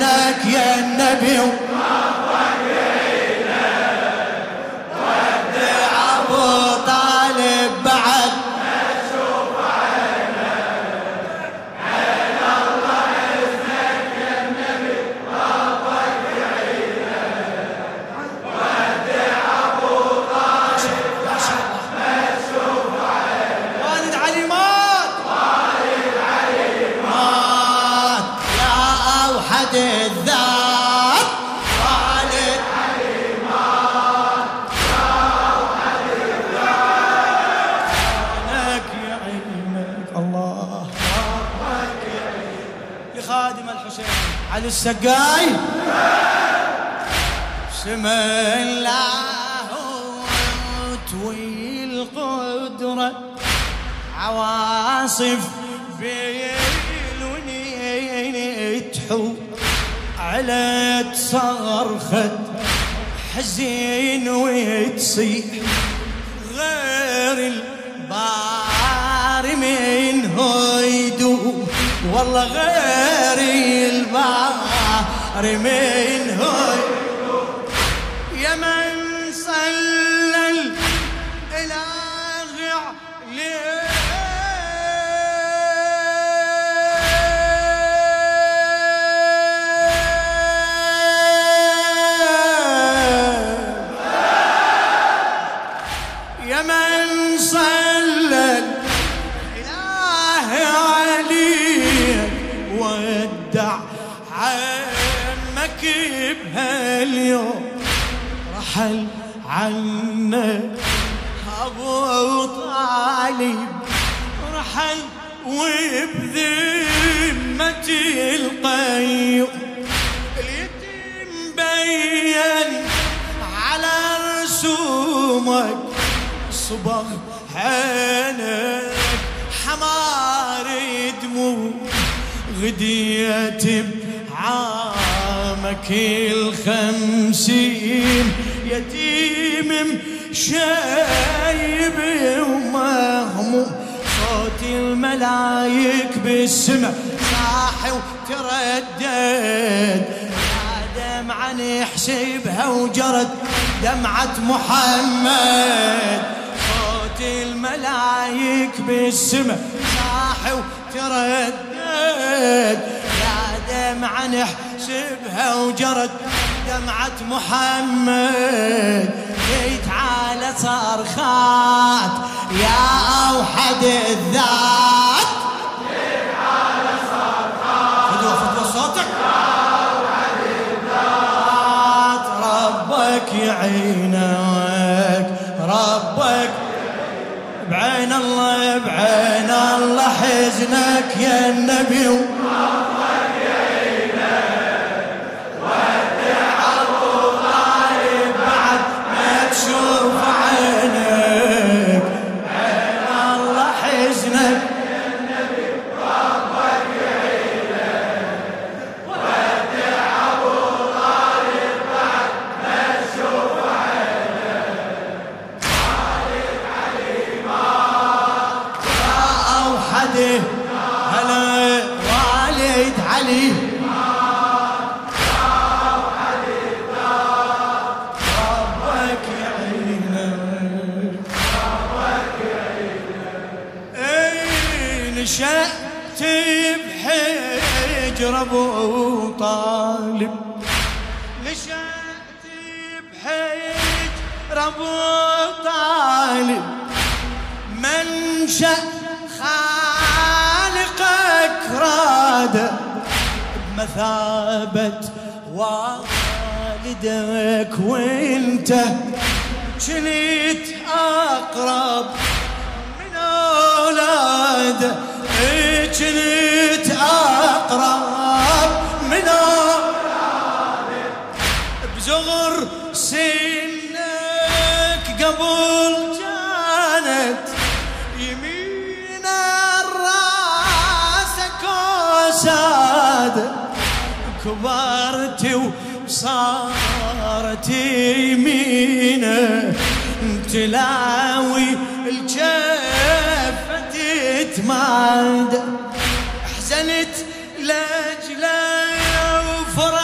حزنك يا النبي ودع ابو طالب بعد الذات والد علي مات يا وحد الذات عينك يا عينك الله ربك يا عينك لخادم الحسين علي السقاي سم الله طويل القدرة عواصف بيلوني تحوم على صرخة حزين وتصيح غير البار من هيدو والله غير البار من هيدو يا من صلى الإله عليه عمك بهاليوم رحل عنا ابو طالب رحل وبذمتي القيوم اليتيم بين على رسومك صبغ عينك حمار دموع غديت بعامك ال50 يتيم مشايب ومهموم صوت الملايك بالسماء صاحي وتردد يا دمعة نحسبها وجرت دمعة محمد صوت الملايك بالسماء صاحي وتردد يا دمعة نحسبها وجرت دمعة محمد جيت على صرخات يا أوحد الذات جيت على صرخات فدوى صوتك يا أوحد الذات ربك يعينك ربك بعين الله بعين الله حزنك يا النبي ربك يعينك ودع ابو طالب بعد ما تشوف عينك بعين الله حزنك يا النبي ربك يعينك ودع ابو طالب بعد ما تشوف عينك والد علي مات يا اوحد هلا والد علي مات يا اوحد الذات ربك يعينك ربك يعينك اي نشأت بحجر ابو طالب نشأت بحجر ابو طالب منشأ خالقك راده بمثابة والدك وانت كنت اقرب من اولاده كنت اقرب من اولاده بصغر سنك قبل كانت يمين راسك وساد كبرت وصارت يمينه تلاوي الجفة تتماد حزنت لاجله وفرحت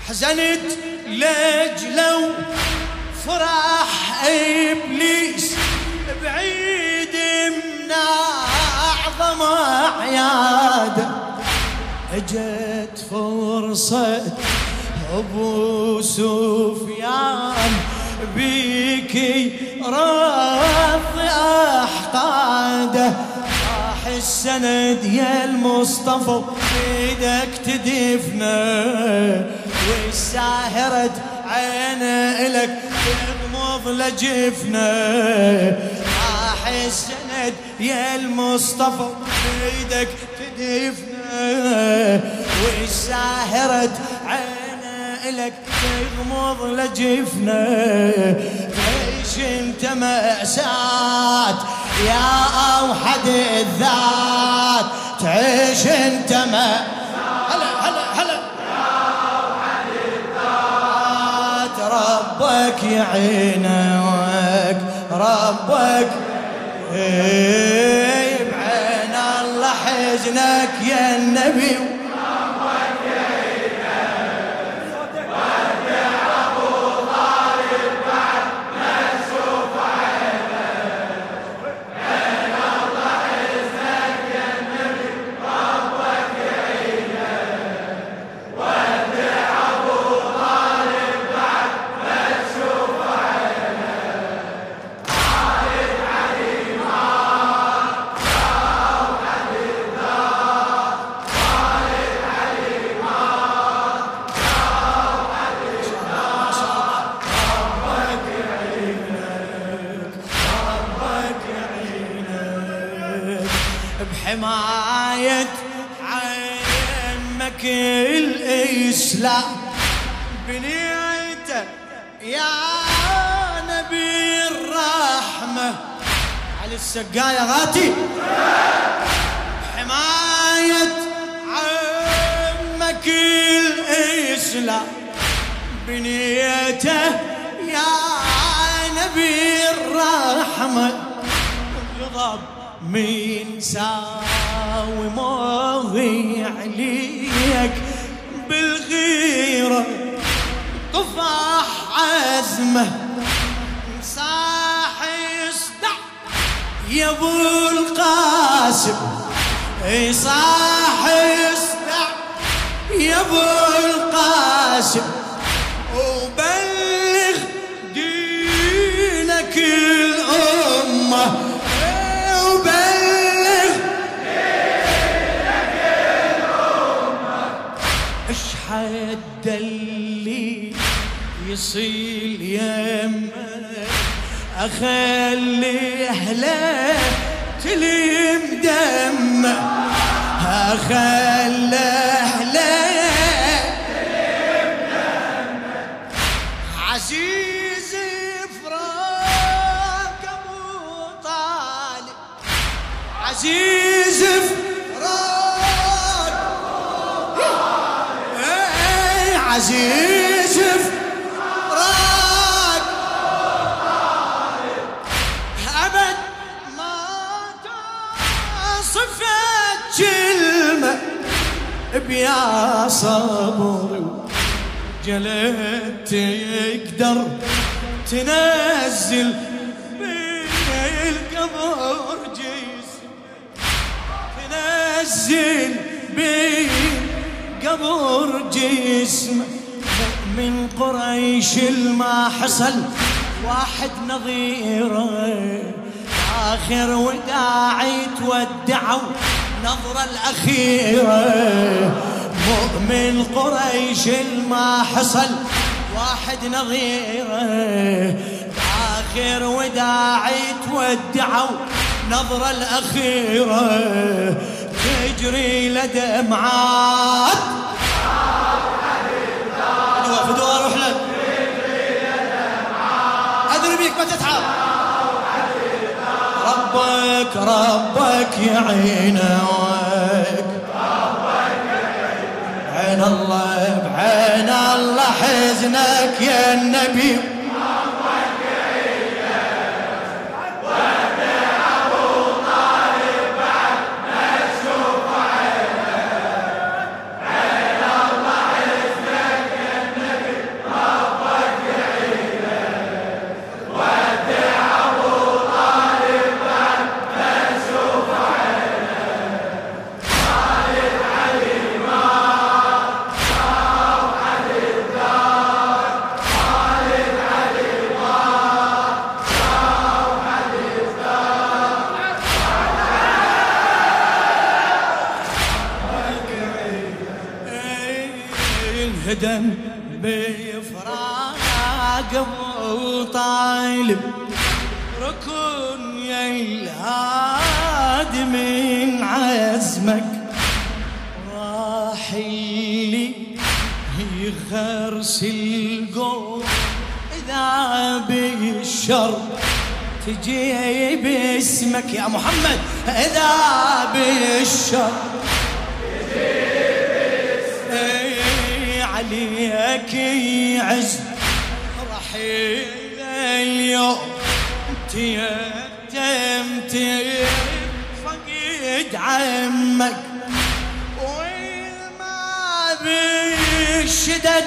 حزنت لجلو فرح إبليس بعيد من أعظم أعياده. اجت فرصة أبو سفيان بيكي رض أحقاده. راح السند يا المصطفى بيدك تدفنه، والساهرة عينه إلك تغمض لجفنه. راح السند يا المصطفى بيدك تدفنه، والساهرة عينه إلك تغمض لجفنه. تعيش انت مأساة يا أوحد الذات، تعيش انت هلا ربك يعينك، ربك بعين الله حزنك يا النبي. ربك يعينك ودع أبو طالب بعد ما تشوف عينك. بعين الله حزنك يا النبي. ربك يعينك ودع أبو طالب بعد ما تشوف عينك. خالد علي مات يا أوحد الذات، خالد علي مات يا أوحد الذات. ربك يعينك، ربك يعينك بحماية عمك الإسلام بنيته يا نبي الرحمة. علي السقاية غاتي. حماية عمك الإسلام بنيته يا نبي الرحمة. غضب من ساوي ماضي عليك بالغيرة طفح عزمه. مساح يصدع يا ابو القاسم، صاح يصدع يا ابو القاسم. وبلغ دينك الأمة، وبلغ دينك الأمة. اشحد اللي يصيل يمك، اخلي اهله تلم دمه، اخلي اهله تلم دمه. عزيز فراق ابو طالب، عزيز فراق ابو طالب، عزيز فراق أبد ما تصفت كلمة بيا صبري وجلت تقدر تنزل بالقبر جسم، تنزل بالقبر جسم. من قريش الما حصل واحد نظيره، آخر وداعي تودعوا نظرة الأخيرة. مؤمن قريش الما حصل واحد نظيره، آخر وداعي تودعوا نظرة الأخيرة. تجري لدمعات فدوى اروح لك، ادري بيك ما تتعب. ربك ربك يعينك، عين الله بعين الله حزنك يا النبي. انهدم بفراق ابو طالب، ركن يا الهاد من عزمك، راح اللي يغرس القوم إذا بالشر تجي باسمك يا محمد، إذا بالشر عليك يعز رحيل اليوم، تيتمت فقد عمك، والما بالشدد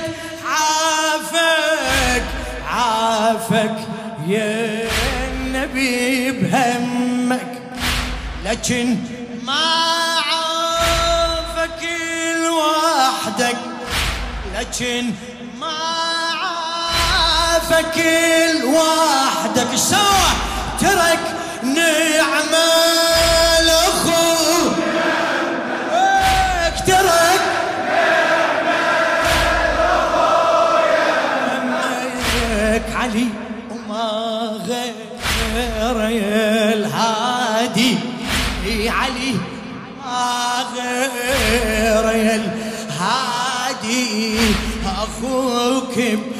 عافك يا النبي بهمك، لكن ما عافك لوحدك، لكن ما عافك لوحدك، سوى ترك نعمة الأخوة، ترك نعمة علي وما غير الهادي، علي ما غير الهادي، أخوك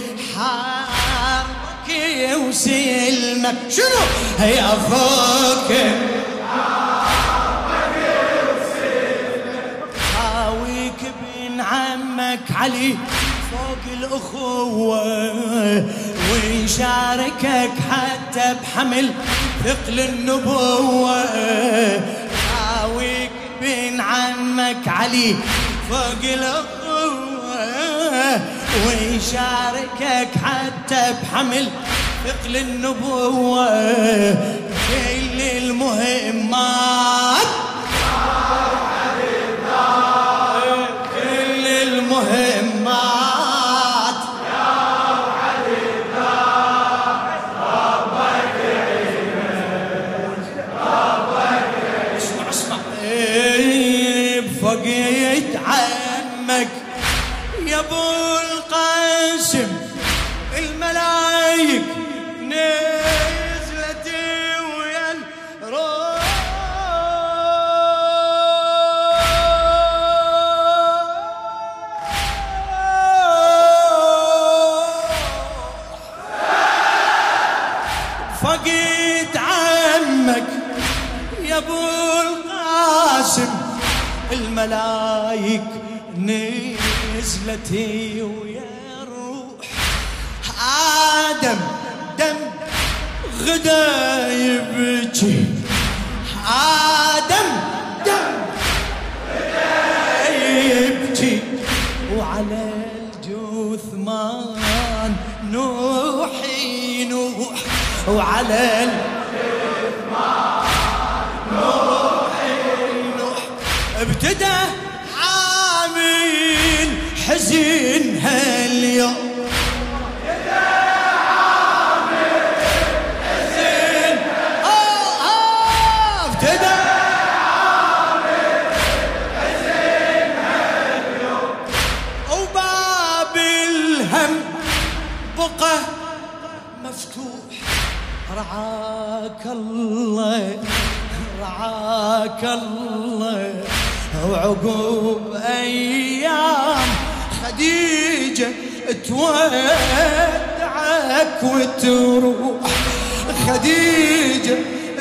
بحارك وسلمك، شنو هي أخوك بحارك وسلمك، خاويك بن عمك علي فوق الأخوة، ويشاركك حتى بحمل ثقل النبوة، خاويك بن عمك علي فوق الأخوة، ويشاركك حتى بحمل ثقل النبوة، كل المهمات كل المهمات اسمع اسمع، بفقيت عمك يا ابو القاسم، الملايك نزلت ويا الروح، فقيت عمك يا ابو القاسم، الملايك نزلت ويا الروح، آدم دم غدا يبكي، آدم دم غدا يبكي، وعلى الجثمان نوح ينوح، وعلى الجثمان نوح ينوح، ابتدى عامل حزين هاليوم، ابتدى عامل حزين، ابتدى عامل حزين هاليوم، وباب الهم بقى مفتوح، رعاك الله رعاك الله، وعقوب أيام خديجة تودعك وتروح، خديجة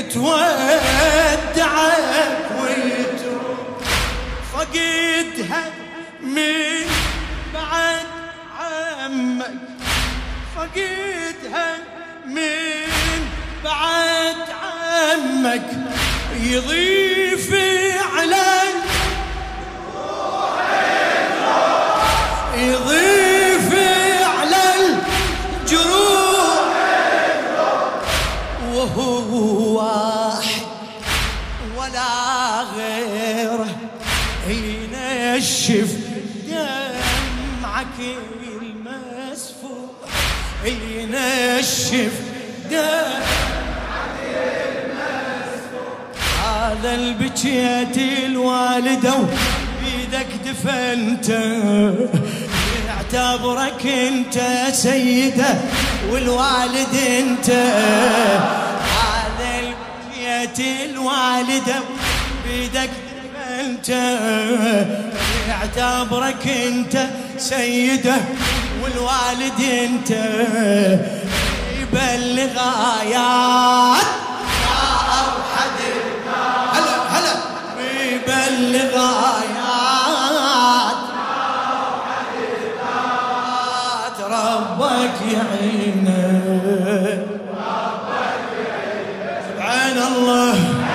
تودعك وتروح، فقدها من بعد عمك، فقدها من بعد عمك، يضيف علي يضيف على الجروح، وهو واحد ولا غيره ينشف دمعك المسفوح، ينشف دمعك المسفوح، هذا البكيت الوالده بيدك دفنته، يعتبرك انت سيده والوالد انت، هذا البيت الوالده بيدك انت، يعتبرك انت سيده والوالد انت، يبلغ آيات يا أوحد هلا هلا، يبلغ آيات ربك يعينك، سبحان الله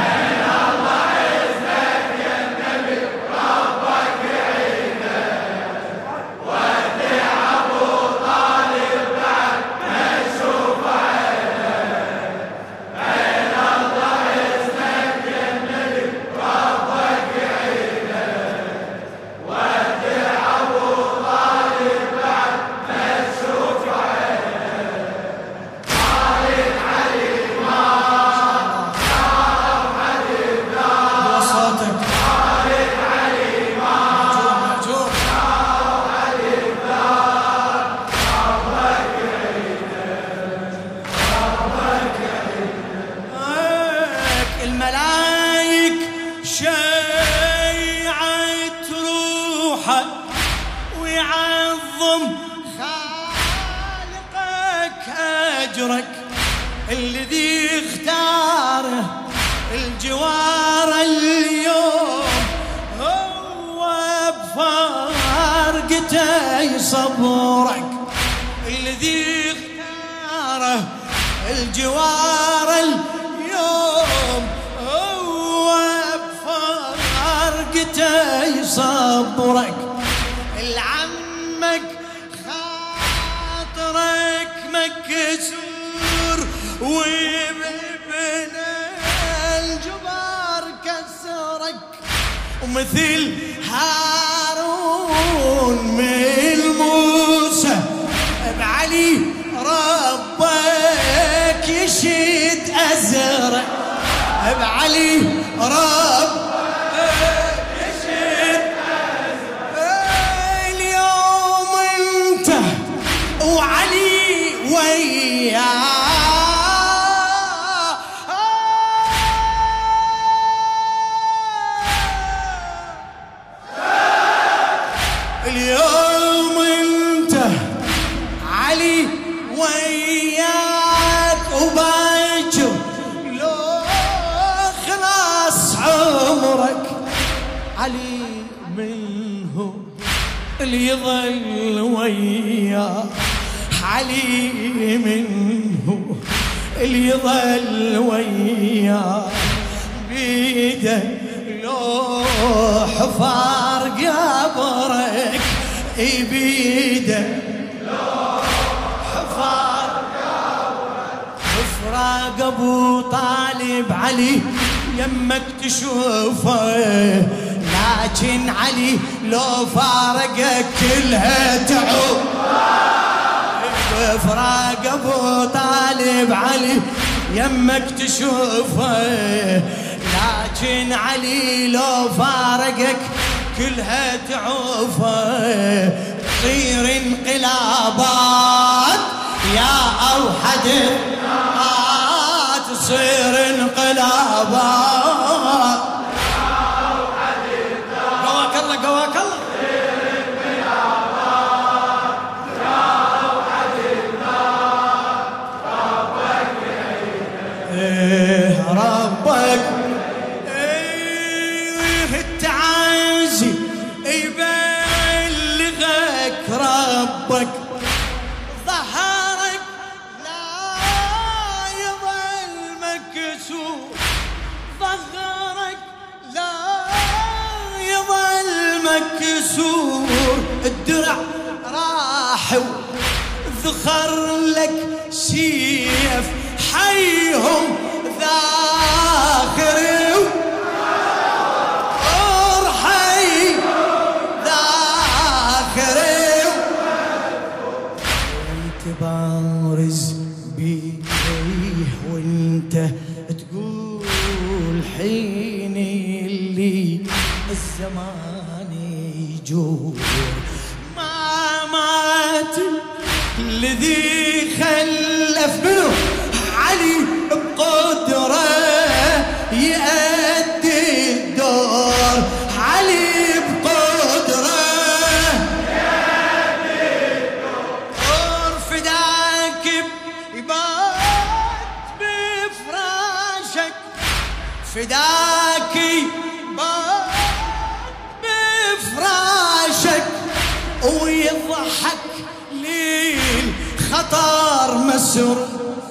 ويعظم خالقك أجرك الذي اختاره الجوار اليوم، هو بفارقته صبرك الذي اختاره الجوار اليوم، هو بفارقته صبرك لعمك خاطرك مكسور وبابن الجبار كسرك، ومثل هارون من موسى بعلي ربك يشد أزرق، بعلي ربك يشد أزرق، اليوم انت وعلي وياه، اليوم انت علي وياك، وباكر لو خلاص عمرك علي منه اللي يظل وياه، علي منه اللي يظل وياه، بيده لوح فارق قبرك، بيده لوح فارق قبرك، فراق ابو طالب علي يمك تشوفه، لكن علي لو فارقك كلها تعوب، فراق ابو طالب علي يمك تشوفه، لكن علي لو فارقك كلها تعوفه، تصير انقلابات يا أوحد، تصير انقلابات يا أوحد، قواك الله قواك الله، ربك التعازي يبلغك، ربك ظهرك لا يظل مكسور، ظهرك لا يظل مكسور، الدرع راح وذخر لك سيف حيهم ذاخر، ارحي ذاخر، وانت بارز بيه وانت تقول حيني اللي الزمان يجور، ما الذي خلف منه علي بقدرة يأدي الدور، علي بقدرة يأدي الدور، فداك يبات بفراشك، فداك يبات بفراشك، ويضحك ليل خطر مسر،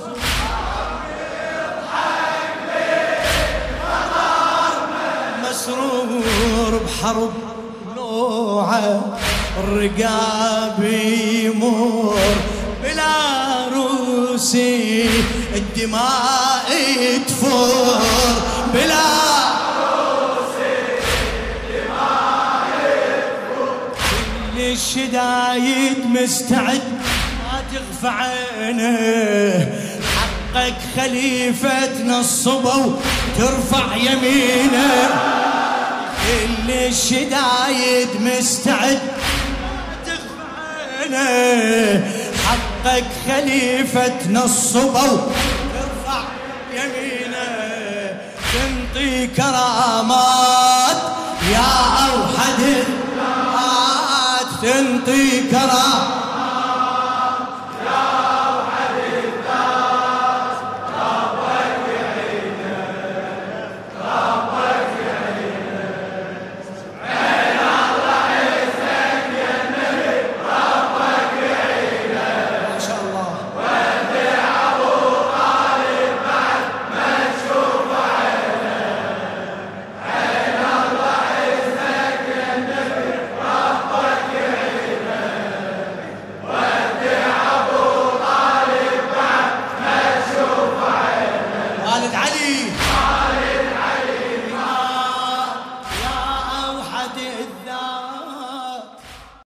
مسرور بحرب نوعه، الرقاب يمر بلا روسي، الدماء تفور بلا روسي، الدماء تفور، كل الشدايد مستعد ما تغفى عينه، حقك خليفة نصبه وترفع يمينه، كل الشدايد مستعد ما تغفى عينه، حقك خليفة نصبه وترفع يمينه، تنطي كرامات يا أوحد الكرامات، تنطي كرامات